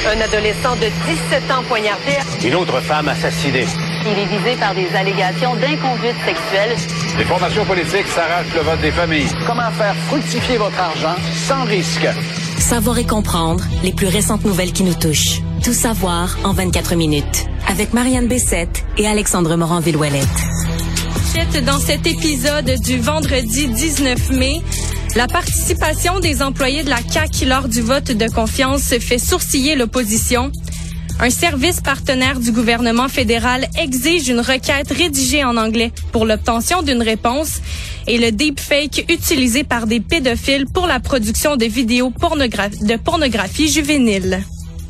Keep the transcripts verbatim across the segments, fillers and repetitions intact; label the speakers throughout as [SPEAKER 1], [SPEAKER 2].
[SPEAKER 1] Un adolescent de dix-sept ans poignardé.
[SPEAKER 2] Une autre femme assassinée.
[SPEAKER 3] Il est visé par des allégations d'inconduite sexuelle.
[SPEAKER 4] Les formations politiques s'arrachent le vote des familles.
[SPEAKER 5] Comment faire fructifier votre argent sans risque?
[SPEAKER 6] Savoir et comprendre les plus récentes nouvelles qui nous touchent. Tout savoir en vingt-quatre minutes. Avec Marianne Bessette et Alexandre Morin-Villouellette.
[SPEAKER 7] Dans cet épisode du vendredi dix-neuf mai, la participation des employés de la C A Q lors du vote de confiance fait sourciller l'opposition. Un service partenaire du gouvernement fédéral exige une requête rédigée en anglais pour l'obtention d'une réponse et le deepfake utilisé par des pédophiles pour la production de vidéos pornogra- de pornographie juvénile.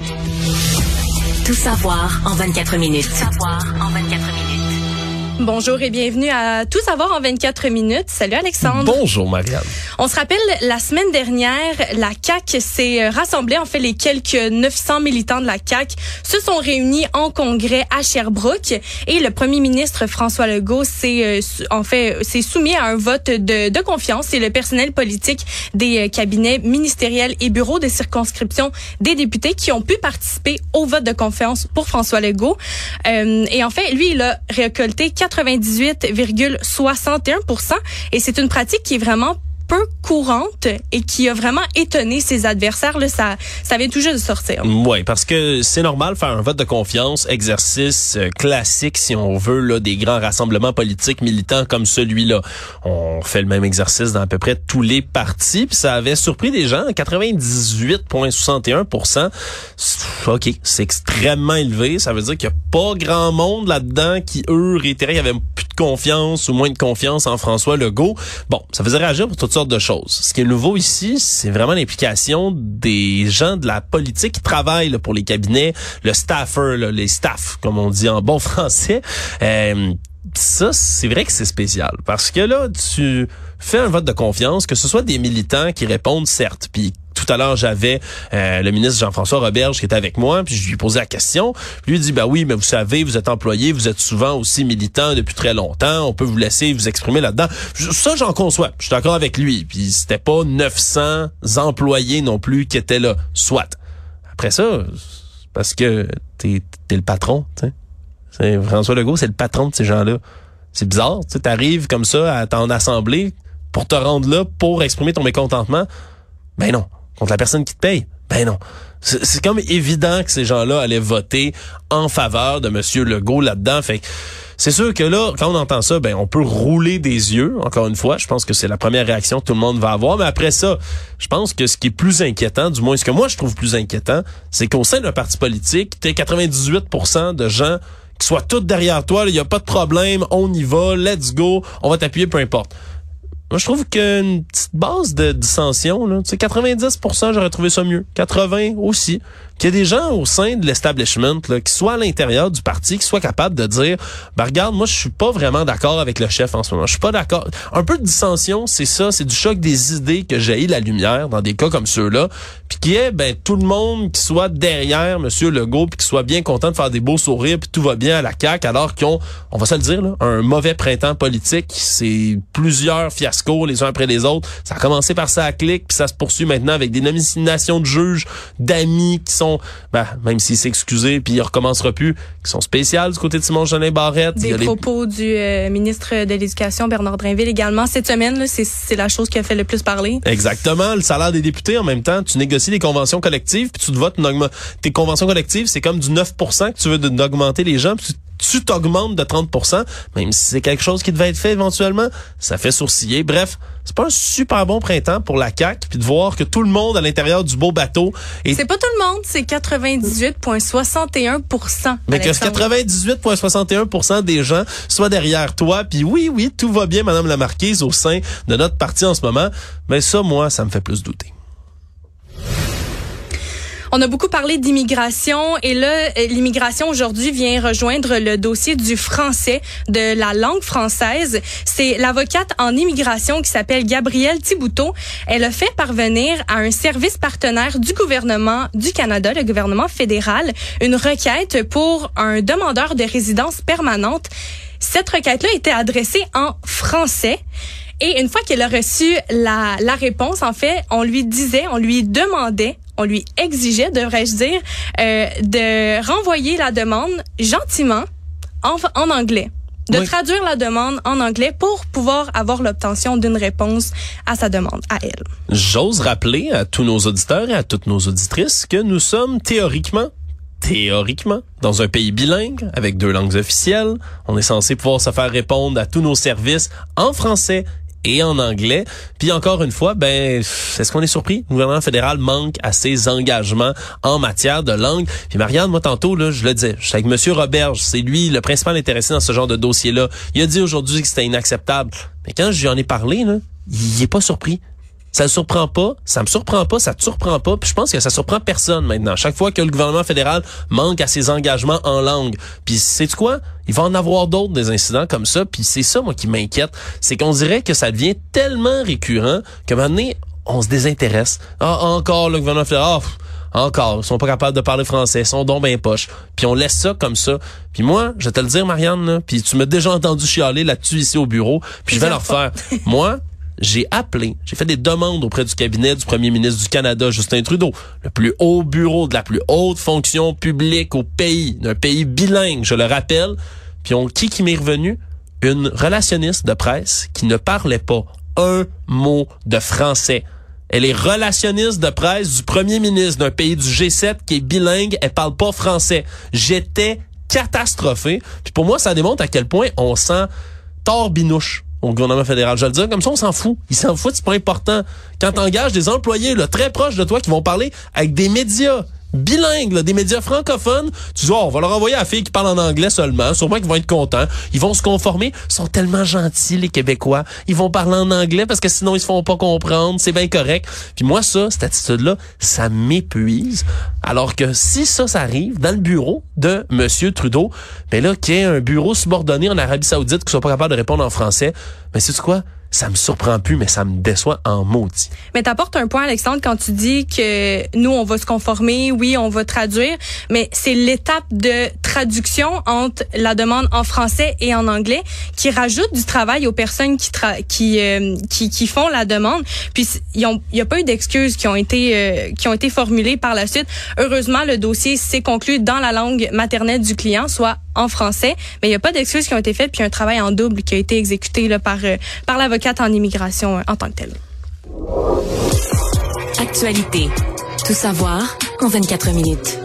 [SPEAKER 6] Tout savoir en vingt-quatre minutes. Tout savoir en vingt-quatre minutes.
[SPEAKER 7] Bonjour et bienvenue à Tout savoir en vingt-quatre minutes. Salut Alexandre.
[SPEAKER 8] Bonjour Marianne.
[SPEAKER 7] On se rappelle, la semaine dernière, la C A Q s'est rassemblée, en fait les quelques neuf cents militants de la C A Q se sont réunis en congrès à Sherbrooke et le premier ministre François Legault s'est en fait s'est soumis à un vote de, de confiance. C'est le personnel politique des cabinets ministériels et bureaux de circonscription des députés qui ont pu participer au vote de confiance pour François Legault. Euh, et en fait, lui, il a récolté quatre-vingt-dix-huit virgule soixante et un pour cent et c'est une pratique qui est vraiment peu courante et qui a vraiment étonné ses adversaires. Là, ça, ça vient tout juste de sortir.
[SPEAKER 8] Oui, parce que c'est normal faire un vote de confiance, exercice euh, classique si on veut, là, des grands rassemblements politiques militants comme celui-là. On fait le même exercice dans à peu près tous les partis, puis ça avait surpris des gens. quatre-vingt-dix-huit virgule soixante et un pour cent. OK, c'est extrêmement élevé. Ça veut dire qu'il n'y a pas grand monde là-dedans qui, eux, réitéraient qu'il y avait plus de confiance ou moins de confiance en François Legault. Bon, ça faisait réagir pour toutes sortes de choses. Ce qui est nouveau ici, c'est vraiment l'implication des gens de la politique qui travaillent là, pour les cabinets, le staffer, là, les staffs, comme on dit en bon français. Euh, ça, c'est vrai que c'est spécial. Parce que là, tu fais un vote de confiance, que ce soit des militants qui répondent certes, puis tout à l'heure, j'avais euh, le ministre Jean-François Roberge qui était avec moi, puis je lui ai posé la question. Lui il dit, bah oui, mais vous savez, vous êtes employé, vous êtes souvent aussi militant depuis très longtemps, on peut vous laisser vous exprimer là-dedans. Ça, j'en conçois, je suis d'accord avec lui. Puis c'était pas neuf cents employés non plus qui étaient là, soit. Après ça, parce que t'es, t'es le patron, tu sais. C'est François Legault, c'est le patron de ces gens-là. C'est bizarre, tu sais, t'arrives comme ça à ton assemblée pour te rendre là, pour exprimer ton mécontentement. Ben non. Contre la personne qui te paye? Ben non. C'est, c'est comme évident que ces gens-là allaient voter en faveur de Monsieur Legault là-dedans. Fait que c'est sûr que là, quand on entend ça, ben on peut rouler des yeux. Encore une fois, je pense que c'est la première réaction que tout le monde va avoir. Mais après ça, je pense que ce qui est plus inquiétant, du moins ce que moi je trouve plus inquiétant, c'est qu'au sein d'un parti politique, t'es quatre-vingt-dix-huit pour cent de gens qui soient tous derrière toi. Il y a pas de problème, on y va, let's go, on va t'appuyer, peu importe. Moi, je trouve qu'une petite base de dissension, là, tu sais, quatre-vingt-dix pour cent, j'aurais trouvé ça mieux. quatre-vingts aussi. Qu'il y ait des gens au sein de l'establishment, là, qui soient à l'intérieur du parti, qui soient capables de dire, ben regarde, moi, je suis pas vraiment d'accord avec le chef en ce moment. Je suis pas d'accord. Un peu de dissension, c'est ça, c'est du choc des idées que jaillit la lumière dans des cas comme ceux-là. Puis qu'il y ait, ben, tout le monde qui soit derrière Monsieur Legault, puis qui soit bien content de faire des beaux sourires, puis tout va bien à la C A Q, alors qu'ils ont, on va se le dire, là, un mauvais printemps politique. C'est plusieurs fiascos les uns après les autres. Ça a commencé par ça à clic, puis ça se poursuit maintenant avec des nominations de juges, d'amis qui sont, ben, même s'il s'est excusé, puis il recommencera plus, qui sont spéciales du côté de Simon-Jolin Barrette.
[SPEAKER 7] Des propos les... du euh, ministre de l'Éducation, Bernard Drinville, également. Cette semaine, là, c'est, c'est la chose qui a fait le plus parler.
[SPEAKER 8] Exactement. Le salaire des députés, en même temps, tu négocies des conventions collectives, puis tu te votes une augmentation. Tes conventions collectives, c'est comme du neuf pour cent que tu veux d'augmenter les gens, puis tu tu t'augmentes de trente pour cent, même si c'est quelque chose qui devait être fait éventuellement, ça fait sourciller. Bref, c'est pas un super bon printemps pour la C A Q, puis de voir que tout le monde à l'intérieur du beau bateau... Est...
[SPEAKER 7] C'est pas tout le monde, c'est quatre-vingt-dix-huit virgule soixante et un pour cent.
[SPEAKER 8] Mais que quatre-vingt-dix-huit virgule soixante et un pour cent des gens soient derrière toi, puis oui, oui, tout va bien, Madame la Marquise, au sein de notre parti en ce moment, mais ça, moi, ça me fait plus douter.
[SPEAKER 7] On a beaucoup parlé d'immigration et là, l'immigration aujourd'hui vient rejoindre le dossier du français, de la langue française. C'est l'avocate en immigration qui s'appelle Gabrielle Thibouteau. Elle a fait parvenir à un service partenaire du gouvernement du Canada, le gouvernement fédéral, une requête pour un demandeur de résidence permanente. Cette requête-là était adressée en français. Et une fois qu'elle a reçu la, la réponse, en fait, on lui disait, on lui demandait on lui exigeait, devrais-je dire, euh, de renvoyer la demande gentiment en, en anglais. De oui. traduire la demande en anglais pour pouvoir avoir l'obtention d'une réponse à sa demande, à elle.
[SPEAKER 8] J'ose rappeler à tous nos auditeurs et à toutes nos auditrices que nous sommes théoriquement Théoriquement, dans un pays bilingue, avec deux langues officielles, on est censé pouvoir se faire répondre à tous nos services en français et en anglais. Puis encore une fois, ben, est-ce qu'on est surpris? Le gouvernement fédéral manque à ses engagements en matière de langue. Puis Marianne, moi tantôt, là, je le disais, je suis avec Monsieur Roberge, c'est lui le principal intéressé dans ce genre de dossier-là. Il a dit aujourd'hui que c'était inacceptable. Mais quand je lui en ai parlé, là, il est pas surpris. Ça le surprend pas, ça me surprend pas, ça te surprend pas, puis je pense que ça surprend personne maintenant. Chaque fois que le gouvernement fédéral manque à ses engagements en langue, puis sais-tu quoi? Il va en avoir d'autres des incidents comme ça, puis c'est ça moi qui m'inquiète, c'est qu'on dirait que ça devient tellement récurrent que maintenant on se désintéresse. Ah encore le gouvernement fédéral, ah, encore, ils sont pas capables de parler français, ils sont donc ben poche. Puis on laisse ça comme ça. Puis moi, je vais te le dire Marianne, là, puis tu m'as déjà entendu chialer là-dessus ici au bureau, puis je vais le refaire. Moi, j'ai appelé, j'ai fait des demandes auprès du cabinet du premier ministre du Canada, Justin Trudeau, le plus haut bureau de la plus haute fonction publique au pays, d'un pays bilingue, je le rappelle. Puis on, qui qui m'est revenu? Une relationniste de presse qui ne parlait pas un mot de français. Elle est relationniste de presse du premier ministre d'un pays du G sept qui est bilingue, elle parle pas français. J'étais catastrophé. Puis pour moi, ça démontre à quel point on sent torbinouche au gouvernement fédéral. Je vais le dire comme ça, on s'en fout. Ils s'en foutent, c'est pas important. Quand t'engages des employés là, très proches de toi qui vont parler avec des médias bilingues, là, des médias francophones, tu dis, oh, on va leur envoyer à la fille qui parle en anglais seulement, sûrement qu'ils vont être contents, ils vont se conformer, ils sont tellement gentils, les Québécois, ils vont parler en anglais parce que sinon ils se font pas comprendre, c'est bien correct. Puis moi, ça, cette attitude-là, ça m'épuise. Alors que si ça, ça arrive dans le bureau de Monsieur Trudeau, ben là, qu'il y ait un bureau subordonné en Arabie Saoudite qui soit pas capable de répondre en français, ben sais-tu quoi? Ça me surprend plus, mais ça me déçoit en maudit.
[SPEAKER 7] Mais t'apportes un point, Alexandre, quand tu dis que nous, on va se conformer, oui, on va traduire, mais c'est l'étape de traduction entre la demande en français et en anglais qui rajoute du travail aux personnes qui tra- qui, euh, qui qui font la demande. Puis il y a pas eu d'excuses qui ont été euh, qui ont été formulées par la suite. Heureusement, le dossier s'est conclu dans la langue maternelle du client, soit en français, mais il y a pas d'excuses qui ont été faites, puis un travail en double qui a été exécuté là par euh, par l'avocate en immigration euh, en tant que telle.
[SPEAKER 6] Actualité. Tout savoir en vingt-quatre minutes.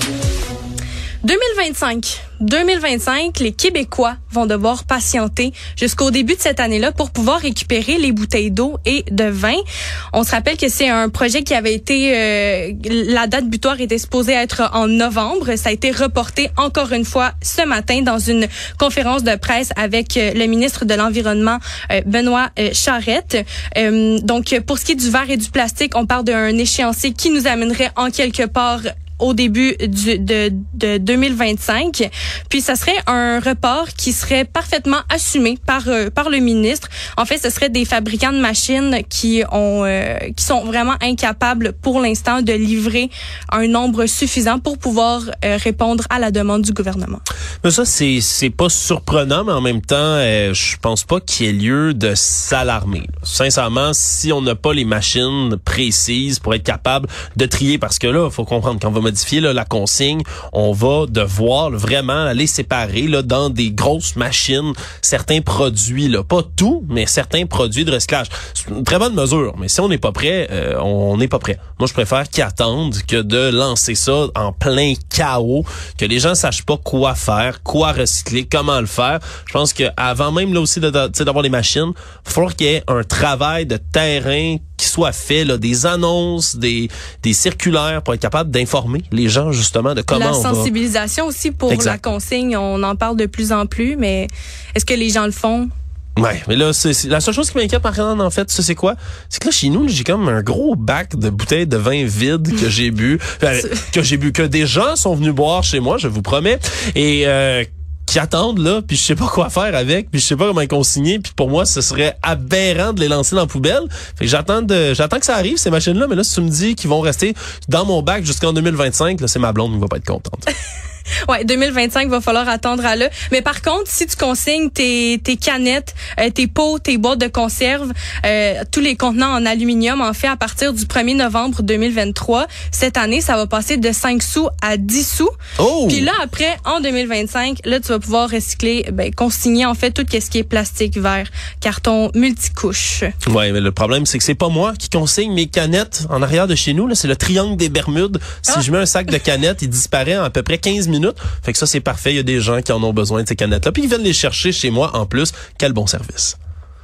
[SPEAKER 7] deux mille vingt-cinq. deux mille vingt-cinq, les Québécois vont devoir patienter jusqu'au début de cette année-là pour pouvoir récupérer les bouteilles d'eau et de vin. On se rappelle que c'est un projet qui avait été... Euh, la date butoir était supposée être en novembre. Ça a été reporté encore une fois ce matin dans une conférence de presse avec euh, le ministre de l'Environnement, euh, Benoît euh, Charette. Euh, donc, pour ce qui est du verre et du plastique, on parle d'un échéancier qui nous amènerait en quelque part au début du, de, de deux mille vingt-cinq. Puis, ça serait un report qui serait parfaitement assumé par euh, par le ministre. En fait, ce serait des fabricants de machines qui ont euh, qui sont vraiment incapables pour l'instant de livrer un nombre suffisant pour pouvoir euh, répondre à la demande du gouvernement.
[SPEAKER 8] Mais ça, c'est c'est pas surprenant, mais en même temps, euh, je pense pas qu'il y ait lieu de s'alarmer. Sincèrement, si on n'a pas les machines précises pour être capable de trier, parce que là, il faut comprendre, quand on va modifier là, la consigne, on va devoir là, vraiment aller séparer là, dans des grosses machines certains produits, là, pas tout, mais certains produits de recyclage. C'est une très bonne mesure, mais si on n'est pas prêt, euh, on n'est pas prêt. Moi, je préfère qu'ils attendent que de lancer ça en plein chaos, que les gens sachent pas quoi faire, quoi recycler, comment le faire. Je pense que avant même là aussi de, de, d'avoir les machines, il va falloir qu'il y ait un travail de terrain qui soit fait, là, des annonces, des, des circulaires pour être capable d'informer les gens justement de comment
[SPEAKER 7] la
[SPEAKER 8] on va...
[SPEAKER 7] La sensibilisation aussi pour exact. La consigne, on en parle de plus en plus, mais est-ce que les gens le font?
[SPEAKER 8] Ouais, mais là, c'est, c'est la seule chose qui m'inquiète, Marianne, en fait, ça c'est quoi? C'est que là, chez nous, j'ai comme un gros bac de bouteilles de vin vide que j'ai bu, euh, que j'ai bu, que des gens sont venus boire chez moi, je vous promets, et euh, qui attendent là, puis je sais pas quoi faire avec, puis je sais pas comment les consigner, puis pour moi ce serait aberrant de les lancer dans la poubelle. Fait que j'attends de j'attends que ça arrive ces machines là, mais là si tu me dis qu'ils vont rester dans mon bac jusqu'en deux mille vingt-cinq, là c'est ma blonde qui va pas être contente.
[SPEAKER 7] Ouais, deux mille vingt-cinq, va falloir attendre à là. Mais par contre, si tu consignes tes, tes canettes, euh, tes pots, tes boîtes de conserve, euh, tous les contenants en aluminium, en fait, à partir du premier novembre deux mille vingt-trois, cette année, ça va passer de cinq sous à dix sous.
[SPEAKER 8] Oh!
[SPEAKER 7] Puis là, après, en deux mille vingt-cinq, là, tu vas pouvoir recycler, ben, consigner, en fait, tout ce qui est plastique, verre, carton, multicouche.
[SPEAKER 8] Ouais, mais le problème, c'est que c'est pas moi qui consigne mes canettes en arrière de chez nous, là. C'est le triangle des Bermudes. Si ah. je mets un sac de canettes, il disparaît en à peu près quinze minutes. Fait que ça, c'est parfait. Il y a des gens qui en ont besoin de ces canettes-là. Puis ils viennent les chercher chez moi en plus. Quel bon service.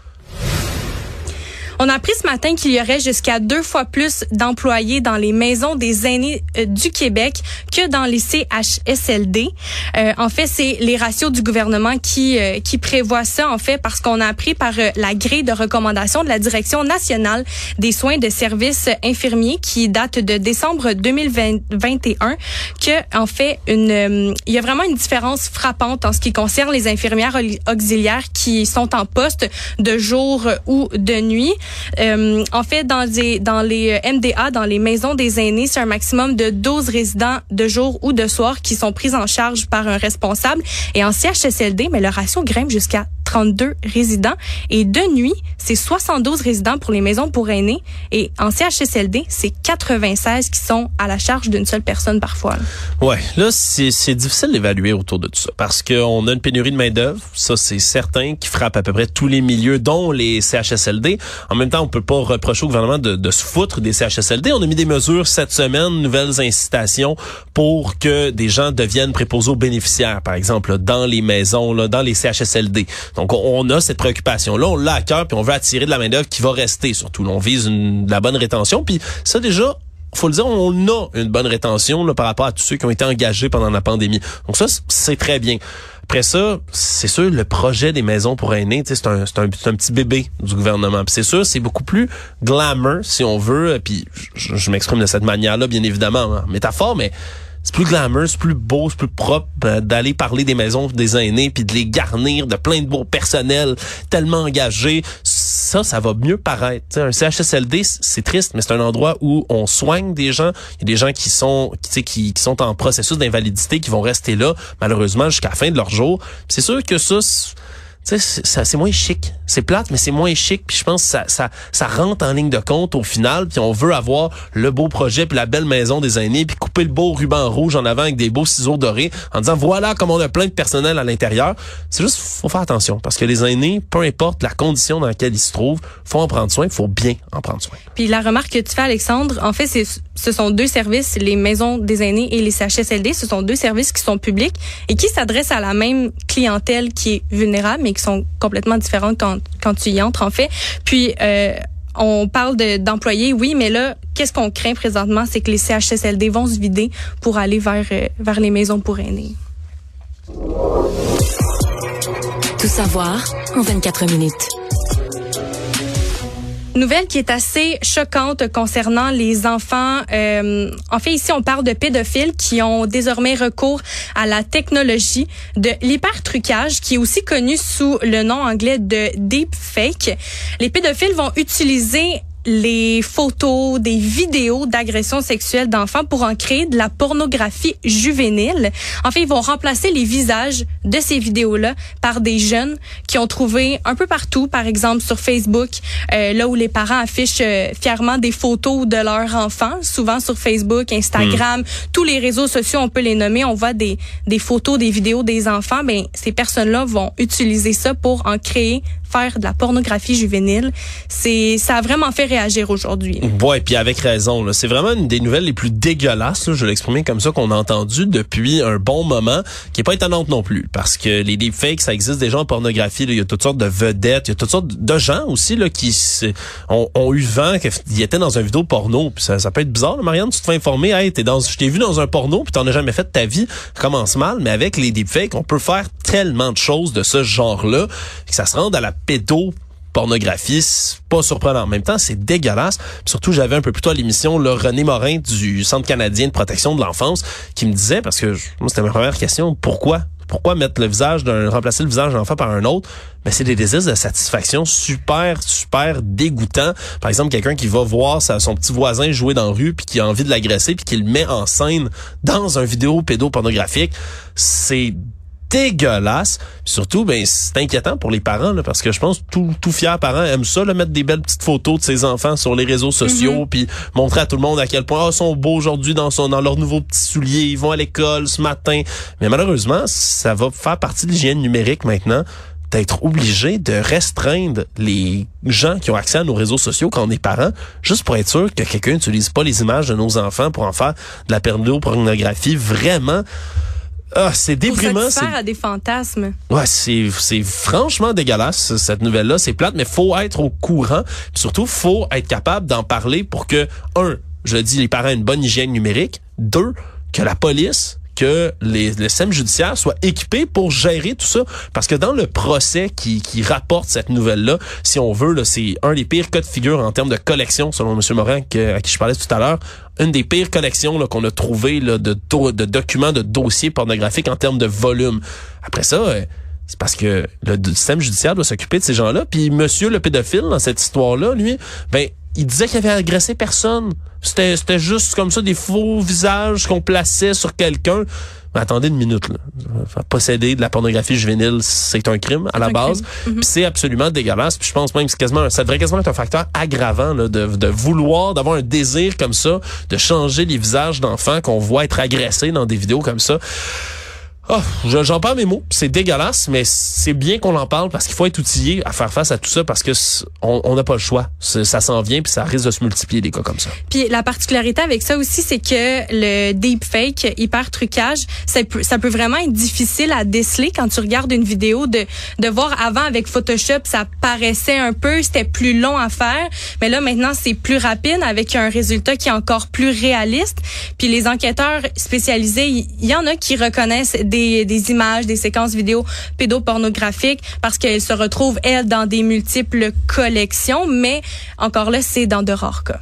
[SPEAKER 7] On a appris ce matin qu'il y aurait jusqu'à deux fois plus d'employés dans les maisons des aînés euh, du Québec que dans les C H S L D. Euh, en fait, c'est les ratios du gouvernement qui euh, qui prévoient ça, en fait, parce qu'on a appris par euh, la grille de recommandation de la Direction nationale des soins de services infirmiers qui date de décembre deux mille vingt et un que, en fait, une euh, il y a vraiment une différence frappante en ce qui concerne les infirmières auxiliaires qui sont en poste de jour ou de nuit. Euh, en fait, dans les, dans les M D A, dans les maisons des aînés, c'est un maximum de douze résidents de jour ou de soir qui sont pris en charge par un responsable. Et en C H S L D, mais le ratio grimpe jusqu'à trente-deux résidents. Et de nuit, c'est soixante-douze résidents pour les maisons pour aînés. Et en C H S L D, c'est quatre-vingt-seize qui sont à la charge d'une seule personne parfois. Là.
[SPEAKER 8] Ouais, là, c'est, c'est difficile d'évaluer autour de tout ça parce qu'on a une pénurie de main-d'œuvre. Ça, c'est certain, qui frappe à peu près tous les milieux, dont les C H S L D. En même temps, on peut pas reprocher au gouvernement de, de se foutre des C H S L D. On a mis des mesures cette semaine, nouvelles incitations pour que des gens deviennent préposés aux bénéficiaires, par exemple, là, dans les maisons, là, dans les C H S L D. Donc, on a cette préoccupation-là, on l'a à cœur, puis on veut attirer de la main-d'œuvre qui va rester. Surtout, là, on vise une, de la bonne rétention. Puis ça, déjà, faut le dire, on a une bonne rétention là, par rapport à tous ceux qui ont été engagés pendant la pandémie. Donc ça, c'est très bien. Après ça, c'est sûr, le projet des maisons pour aînés, c'est un, c'est un, c'est un petit bébé du gouvernement. Puis c'est sûr, c'est beaucoup plus glamour, si on veut. Puis je, je m'exprime de cette manière-là, bien évidemment, hein, métaphore, mais c'est plus glamour, c'est plus beau, c'est plus propre euh, d'aller parler des maisons des aînés puis de les garnir de plein de beaux personnels tellement engagés. Ça, ça va mieux paraître. T'sais, un C H S L D, c'est triste, mais c'est un endroit où on soigne des gens. Il y a des gens qui sont qui, qui, qui sont en processus d'invalidité, qui vont rester là, malheureusement, jusqu'à la fin de leur jour. Puis c'est sûr que ça... C'est, tu sais, c'est, c'est moins chic. C'est plate, mais c'est moins chic. Puis je pense que ça, ça, ça rentre en ligne de compte au final. Puis on veut avoir le beau projet, puis la belle maison des aînés, puis couper le beau ruban rouge en avant avec des beaux ciseaux dorés, en disant voilà comme on a plein de personnel à l'intérieur. C'est juste, faut faire attention, parce que les aînés, peu importe la condition dans laquelle ils se trouvent, faut en prendre soin. Il faut bien en prendre soin.
[SPEAKER 7] Puis la remarque que tu fais, Alexandre, en fait, c'est, ce sont deux services, les maisons des aînés et les C H S L D. Ce sont deux services qui sont publics et qui s'adressent à la même clientèle qui est vulnérable, mais qui sont complètement différentes quand, quand tu y entres, en fait. Puis, euh, on parle de, d'employés, oui, mais là, qu'est-ce qu'on craint présentement, c'est que les C H S L D vont se vider pour aller vers, euh, vers les maisons pour aînés.
[SPEAKER 6] Tout savoir en vingt-quatre minutes.
[SPEAKER 7] Nouvelle qui est assez choquante concernant les enfants. Euh, en fait, ici, on parle de pédophiles qui ont désormais recours à la technologie de l'hypertrucage, qui est aussi connu sous le nom anglais de deepfake. Les pédophiles vont utiliser les photos, des vidéos d'agressions sexuelles d'enfants pour en créer de la pornographie juvénile. En fait, ils vont remplacer les visages de ces vidéos-là par des jeunes qui ont trouvé un peu partout, par exemple sur Facebook, euh, là où les parents affichent euh, fièrement des photos de leurs enfants, souvent sur Facebook, Instagram, mmh. tous les réseaux sociaux, on peut les nommer, on voit des, des photos, des vidéos des enfants. Ben, ces personnes-là vont utiliser ça pour en créer, faire de la pornographie juvénile. C'est, ça a vraiment fait réagir aujourd'hui.
[SPEAKER 8] Ouais, puis avec raison. Là. C'est vraiment une des nouvelles les plus dégueulasses, là, je vais l'exprimer comme ça, qu'on a entendu depuis un bon moment, qui est pas étonnante non plus, parce que les deepfakes, ça existe déjà en pornographie. Là. Il y a toutes sortes de vedettes, il y a toutes sortes de gens aussi là qui ont, ont eu vent qu'ils étaient dans une vidéo porno. Puis ça, ça peut être bizarre, là, Marianne, tu te fais informer, hey, t'es dans, je t'ai vu dans un porno, puis t'en as jamais fait de ta vie, ça commence mal. Mais avec les deepfakes, on peut faire tellement de choses de ce genre-là, que ça se rende à la pédo pornographie, c'est pas surprenant. En même temps, c'est dégueulasse. Puis surtout, j'avais un peu plus tôt à l'émission là, René Morin du Centre canadien de protection de l'enfance qui me disait, parce que moi, c'était ma première question, pourquoi Pourquoi mettre le visage d'un, remplacer le visage d'un enfant par un autre? Ben, c'est des désirs de satisfaction super, super dégoûtants. Par exemple, quelqu'un qui va voir sa, son petit voisin jouer dans la rue puis qui a envie de l'agresser puis qui le met en scène dans un vidéo pédopornographique. C'est dégueulasse. Puis surtout, ben c'est inquiétant pour les parents là, parce que je pense que tout, tout fier parent aime ça, là, mettre des belles petites photos de ses enfants sur les réseaux sociaux, puis mm-hmm. montrer à tout le monde à quel point oh, ils sont beaux aujourd'hui dans son dans leurs nouveaux petits souliers, ils vont à l'école ce matin. Mais malheureusement, ça va faire partie de l'hygiène numérique maintenant, d'être obligé de restreindre les gens qui ont accès à nos réseaux sociaux quand on est parents, juste pour être sûr que quelqu'un n'utilise pas les images de nos enfants pour en faire de la pédopornographie. Vraiment, ah, c'est déprimant.
[SPEAKER 7] Pour satisfaire à des fantasmes.
[SPEAKER 8] Ouais, c'est c'est franchement dégueulasse cette nouvelle-là. C'est plate, mais faut être au courant. Puis surtout, faut être capable d'en parler pour que un, je le dis, les parents aient une bonne hygiène numérique. Deux, que la police, que les, le système judiciaire soit équipé pour gérer tout ça. Parce que dans le procès qui, qui rapporte cette nouvelle-là, si on veut, là, c'est un des pires cas de figure en termes de collection, selon M. Morin, que, à qui je parlais tout à l'heure. Une des pires collections là, qu'on a trouvées là, de, do, de documents, de dossiers pornographiques en termes de volume. Après ça, euh, c'est parce que le, le système judiciaire doit s'occuper de ces gens-là. Puis monsieur le pédophile, dans cette histoire-là, lui, ben il disait qu'il avait agressé personne. C'était, c'était juste comme ça des faux visages qu'on plaçait sur quelqu'un. Mais attendez une minute, là. Posséder de la pornographie juvénile, c'est un crime à la base. Mm-hmm. Puis c'est absolument dégueulasse. Puis je pense même que c'est quasiment, ça devrait quasiment être un facteur aggravant là, de, de vouloir, d'avoir un désir comme ça, de changer les visages d'enfants qu'on voit être agressés dans des vidéos comme ça. Oh, j'en parle mes mots, c'est dégueulasse, mais c'est bien qu'on en parle parce qu'il faut être outillé à faire face à tout ça parce que on n'a pas le choix. C'est, ça s'en vient puis ça risque de se multiplier des cas comme ça.
[SPEAKER 7] Puis la particularité avec ça aussi, c'est que le deepfake, hyper trucage, ça peut, ça peut vraiment être difficile à déceler quand tu regardes une vidéo de de voir avant avec Photoshop, ça paraissait un peu, c'était plus long à faire, mais là maintenant c'est plus rapide avec un résultat qui est encore plus réaliste. Puis les enquêteurs spécialisés, il y en a qui reconnaissent des Des, des images, des séquences vidéo pédopornographiques parce qu'elles se retrouvent, elles, dans des multiples collections, mais encore là, c'est dans de rares cas.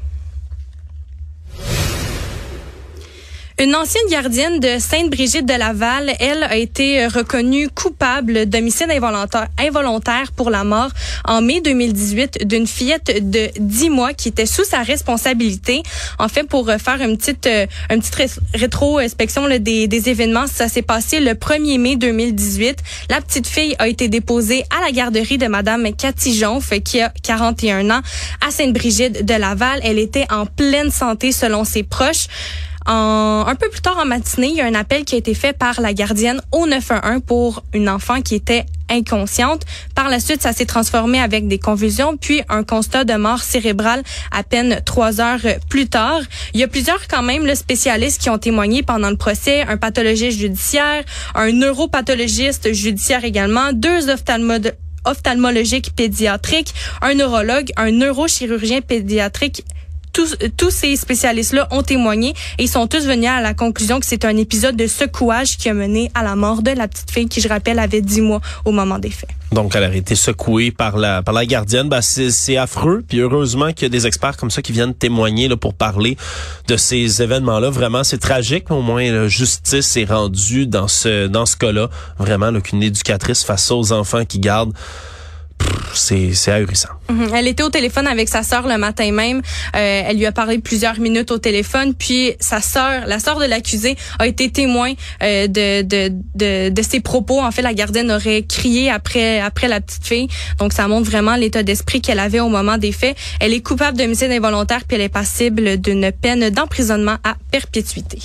[SPEAKER 7] Une ancienne gardienne de Sainte-Brigitte de Laval, elle, a été reconnue coupable d'homicide involontaire, involontaire pour la mort en mai deux mille dix-huit d'une fillette de dix mois qui était sous sa responsabilité. En fait, pour faire une petite, une petite rétro-inspection là, des, des événements, ça s'est passé le premier mai deux mille dix-huit. La petite fille a été déposée à la garderie de Madame Cathy Jonf, qui a quarante et un ans, à Sainte-Brigitte de Laval. Elle était en pleine santé selon ses proches. En, un peu plus tard en matinée, il y a un appel qui a été fait par la gardienne au neuf un un pour une enfant qui était inconsciente. Par la suite, ça s'est transformé avec des convulsions, puis un constat de mort cérébrale à peine trois heures plus tard. Il y a plusieurs quand même là, spécialistes qui ont témoigné pendant le procès, un pathologiste judiciaire, un neuropathologiste judiciaire également, deux ophtalmologues ophtalmologique pédiatrique, un neurologue, un neurochirurgien pédiatrique. Tous, tous ces spécialistes-là ont témoigné et ils sont tous venus à la conclusion que c'est un épisode de secouage qui a mené à la mort de la petite fille qui, je rappelle, avait dix mois au moment des faits.
[SPEAKER 8] Donc, elle a été secouée par la par la gardienne. Ben, c'est, c'est affreux. Puis heureusement qu'il y a des experts comme ça qui viennent témoigner là pour parler de ces événements-là. Vraiment, c'est tragique. Mais au moins, la justice est rendue dans ce dans ce cas-là. Vraiment, là, qu'une éducatrice fasse ça aux enfants qui gardent. C'est, c'est ahurissant.
[SPEAKER 7] Mm-hmm. Elle était au téléphone avec sa sœur le matin même. Euh, elle lui a parlé plusieurs minutes au téléphone. Puis sa sœur, la sœur de l'accusé, a été témoin euh, de, de de de ses propos. En fait, la gardienne aurait crié après après la petite fille. Donc ça montre vraiment l'état d'esprit qu'elle avait au moment des faits. Elle est coupable d'homicide involontaire puis elle est passible d'une peine d'emprisonnement à perpétuité.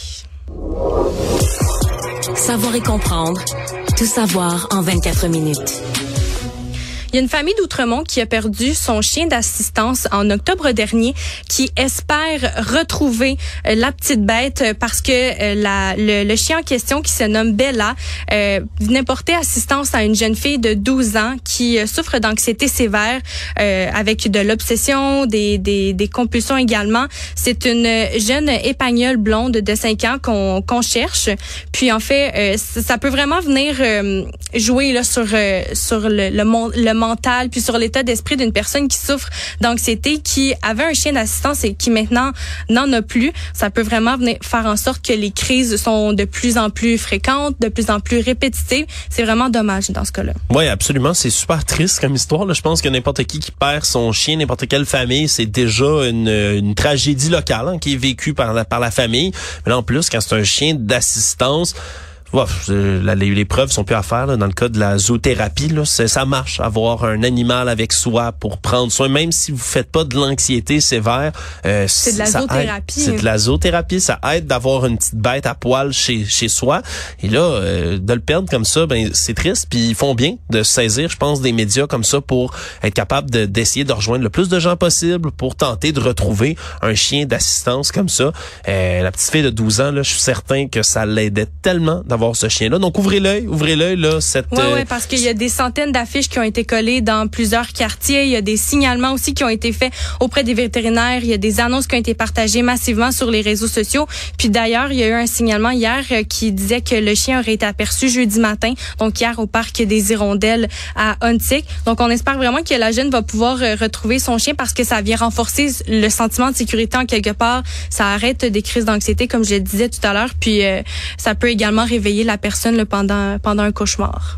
[SPEAKER 6] Savoir et comprendre, tout savoir en vingt-quatre minutes.
[SPEAKER 7] Il y a une famille d'Outremont qui a perdu son chien d'assistance en octobre dernier, qui espère retrouver euh, la petite bête parce que euh, la, le, le chien en question, qui se nomme Bella, euh, venait porter assistance à une jeune fille de douze ans qui euh, souffre d'anxiété sévère euh, avec de l'obsession, des, des, des compulsions également. C'est une jeune épagnole blonde de cinq ans qu'on, qu'on cherche. Puis en fait, euh, ça peut vraiment venir euh, jouer là sur, euh, sur le, le monde le mental, puis sur l'état d'esprit d'une personne qui souffre d'anxiété, qui avait un chien d'assistance et qui maintenant n'en a plus. Ça peut vraiment venir faire en sorte que les crises sont de plus en plus fréquentes, de plus en plus répétitives. C'est vraiment dommage dans ce cas-là.
[SPEAKER 8] Oui, absolument. C'est super triste comme histoire. Là. Je pense que n'importe qui qui perd son chien, n'importe quelle famille, c'est déjà une, une tragédie locale hein, qui est vécue par la, par la famille. Mais là, en plus, quand c'est un chien d'assistance, Ouf, là, les, les preuves sont plus à faire là, dans le cas de la zoothérapie. Là, ça marche, avoir un animal avec soi pour prendre soin, même si vous faites pas de l'anxiété sévère. Euh,
[SPEAKER 7] c'est de la zoothérapie.
[SPEAKER 8] C'est de la zoothérapie. Ça aide d'avoir une petite bête à poil chez chez soi. Et là, euh, de le perdre comme ça, ben c'est triste. Puis ils font bien de se saisir, je pense, des médias comme ça pour être capable de, d'essayer de rejoindre le plus de gens possible pour tenter de retrouver un chien d'assistance comme ça. Euh, la petite fille de douze ans, là, je suis certain que ça l'aidait tellement d'avoir ce chien-là. Donc, ouvrez l'œil, ouvrez l'œil, là, cette...
[SPEAKER 7] Oui,
[SPEAKER 8] euh...
[SPEAKER 7] ouais, parce qu'il y a des centaines d'affiches qui ont été collées dans plusieurs quartiers. Il y a des signalements aussi qui ont été faits auprès des vétérinaires. Il y a des annonces qui ont été partagées massivement sur les réseaux sociaux. Puis d'ailleurs, il y a eu un signalement hier qui disait que le chien aurait été aperçu jeudi matin, donc hier au parc des Hirondelles à Huntsic. Donc, on espère vraiment que la jeune va pouvoir retrouver son chien parce que ça vient renforcer le sentiment de sécurité en quelque part. Ça arrête des crises d'anxiété, comme je le disais tout à l'heure. Puis, euh, ça peut également réveiller la personne là, pendant, pendant un cauchemar.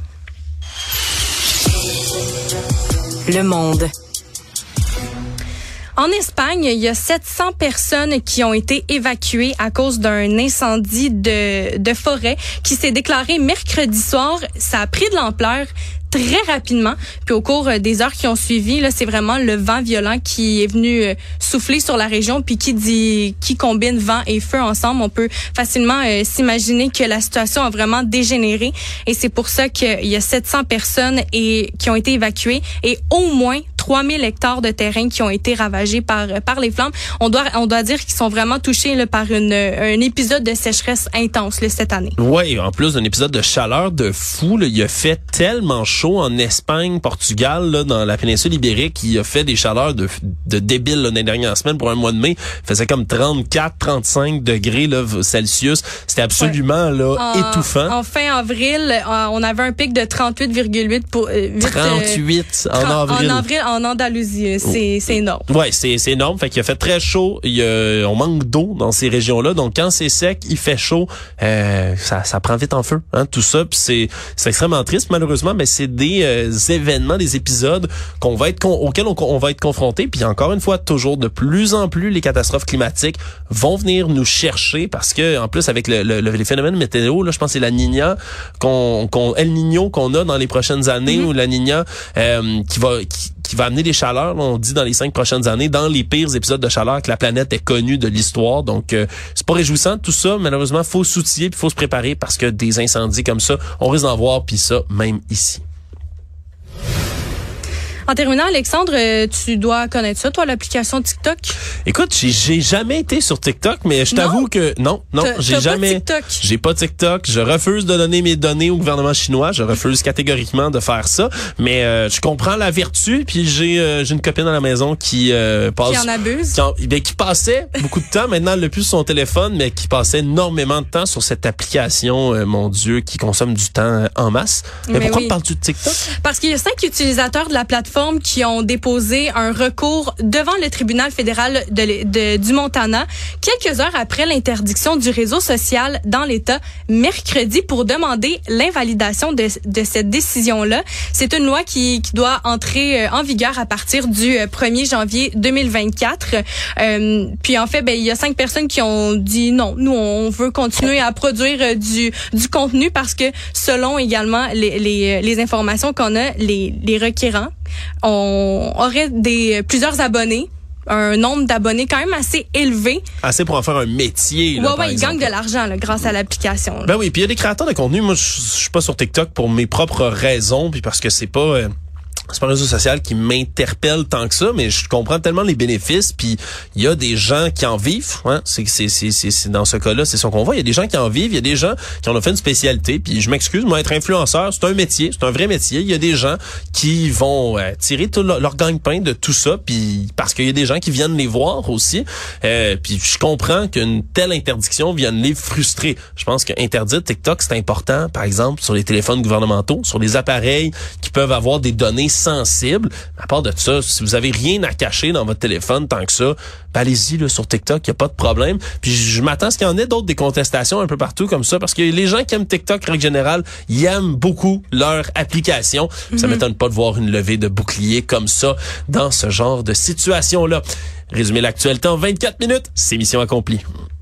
[SPEAKER 6] Le Monde.
[SPEAKER 7] En Espagne, il y a sept cents personnes qui ont été évacuées à cause d'un incendie de, de forêt qui s'est déclaré mercredi soir. Ça a pris de l'ampleur très rapidement. Puis au cours des heures qui ont suivi, là, c'est vraiment le vent violent qui est venu souffler sur la région. Puis qui dit, qui combine vent et feu ensemble, on peut facilement euh, s'imaginer que la situation a vraiment dégénéré. Et c'est pour ça qu'il y a sept cents personnes et qui ont été évacuées et au moins trois mille hectares de terrain qui ont été ravagés par par les flammes. On doit on doit dire qu'ils sont vraiment touchés là, par une un épisode de sécheresse intense là, cette année.
[SPEAKER 8] Oui, en plus d'un épisode de chaleur de fou, là, il a fait tellement chaud en Espagne, Portugal, là, dans la péninsule ibérique, il a fait des chaleurs de de débiles là, dans les dernières semaines pour un mois de mai. Il faisait comme trente-quatre, trente-cinq degrés là, Celsius. C'était absolument ouais. là
[SPEAKER 7] en,
[SPEAKER 8] étouffant.
[SPEAKER 7] En fin avril, on avait un pic de trente-huit virgule huit pour euh, huit,
[SPEAKER 8] trente-huit
[SPEAKER 7] euh,
[SPEAKER 8] en avril.
[SPEAKER 7] En avril en Andalousie, c'est c'est énorme.
[SPEAKER 8] Ouais, c'est c'est énorme, fait qu'il a fait très chaud, il y a, on manque d'eau dans ces régions-là. Donc quand c'est sec, il fait chaud, euh, ça ça prend vite en feu, hein, tout ça, puis c'est c'est extrêmement triste malheureusement, mais c'est des euh, événements, des épisodes qu'on va être con, auxquels on, on va être confronté, puis encore une fois toujours de plus en plus les catastrophes climatiques vont venir nous chercher parce que en plus avec le, le, le les phénomènes météo là, je pense que c'est la Niña qu'on qu'on El Niño qu'on a dans les prochaines années mm-hmm. ou la Niña euh, qui va qui, qui va amener des chaleurs, on dit dans les cinq prochaines années, dans les pires épisodes de chaleur que la planète ait connus de l'histoire. Donc, euh, c'est pas réjouissant tout ça. Malheureusement, faut s'outiller puis faut se préparer parce que des incendies comme ça, on risque d'en voir, puis ça, même ici.
[SPEAKER 7] En terminant, Alexandre, tu dois connaître ça, toi, l'application TikTok?
[SPEAKER 8] Écoute, j'ai, j'ai jamais été sur TikTok, mais je t'avoue que non, non, t'as, j'ai
[SPEAKER 7] t'as
[SPEAKER 8] jamais.
[SPEAKER 7] Pas TikTok.
[SPEAKER 8] J'ai pas TikTok. Je refuse de donner mes données au gouvernement chinois. Je refuse catégoriquement de faire ça. Mais euh, je comprends la vertu. Puis j'ai, euh, j'ai une copine à la maison qui euh, passe.
[SPEAKER 7] Qui en abuse.
[SPEAKER 8] Qui, en, bien, qui passait beaucoup de temps. Maintenant, elle n'a plus son téléphone, mais qui passait énormément de temps sur cette application, euh, mon Dieu, qui consomme du temps euh, en masse. Mais, mais pourquoi oui. parles-tu de TikTok?
[SPEAKER 7] Parce qu'il y a cinq utilisateurs de la plateforme qui ont déposé un recours devant le tribunal fédéral de, de, du Montana quelques heures après l'interdiction du réseau social dans l'État mercredi pour demander l'invalidation de, de cette décision-là. C'est une loi qui, qui doit entrer en vigueur à partir du premier janvier deux mille vingt-quatre. Euh, puis en fait, ben il y a cinq personnes qui ont dit non, nous on veut continuer à produire du, du contenu parce que selon également les, les, les informations qu'on a, les, les requérants on aurait des plusieurs abonnés, un nombre d'abonnés quand même assez élevé.
[SPEAKER 8] Assez pour en faire un métier. Là,
[SPEAKER 7] ouais, ouais, ils gagnent de l'argent là, grâce à l'application. Là.
[SPEAKER 8] Ben oui, puis il y a des créateurs de contenu. Moi, je suis pas sur TikTok pour mes propres raisons, puis parce que c'est pas... Euh c'est pas un réseau social qui m'interpelle tant que ça, mais je comprends tellement les bénéfices. Puis il y a des gens qui en vivent. Hein? C'est, c'est, c'est, c'est, c'est dans ce cas-là, c'est ce qu'on voit. Il y a des gens qui en vivent, il y a des gens qui en ont fait une spécialité. Puis je m'excuse, moi, être influenceur, c'est un métier, c'est un vrai métier. Il y a des gens qui vont euh, tirer tout leur, leur gagne-pain de tout ça. Puis parce qu'il y a des gens qui viennent les voir aussi. Euh, puis je comprends qu'une telle interdiction vienne les frustrer. Je pense qu'interdire TikTok, c'est important, par exemple, sur les téléphones gouvernementaux, sur les appareils qui peuvent avoir des données sensible. À part de ça, si vous avez rien à cacher dans votre téléphone tant que ça, ben allez-y là, sur TikTok, il y a pas de problème. Puis je m'attends à ce qu'il y en ait d'autres des contestations un peu partout comme ça, parce que les gens qui aiment TikTok, en règle générale, ils aiment beaucoup leur application. Mm-hmm. Ça m'étonne pas de voir une levée de bouclier comme ça dans ce genre de situation-là. Résumer l'actualité en vingt-quatre minutes, c'est mission accomplie.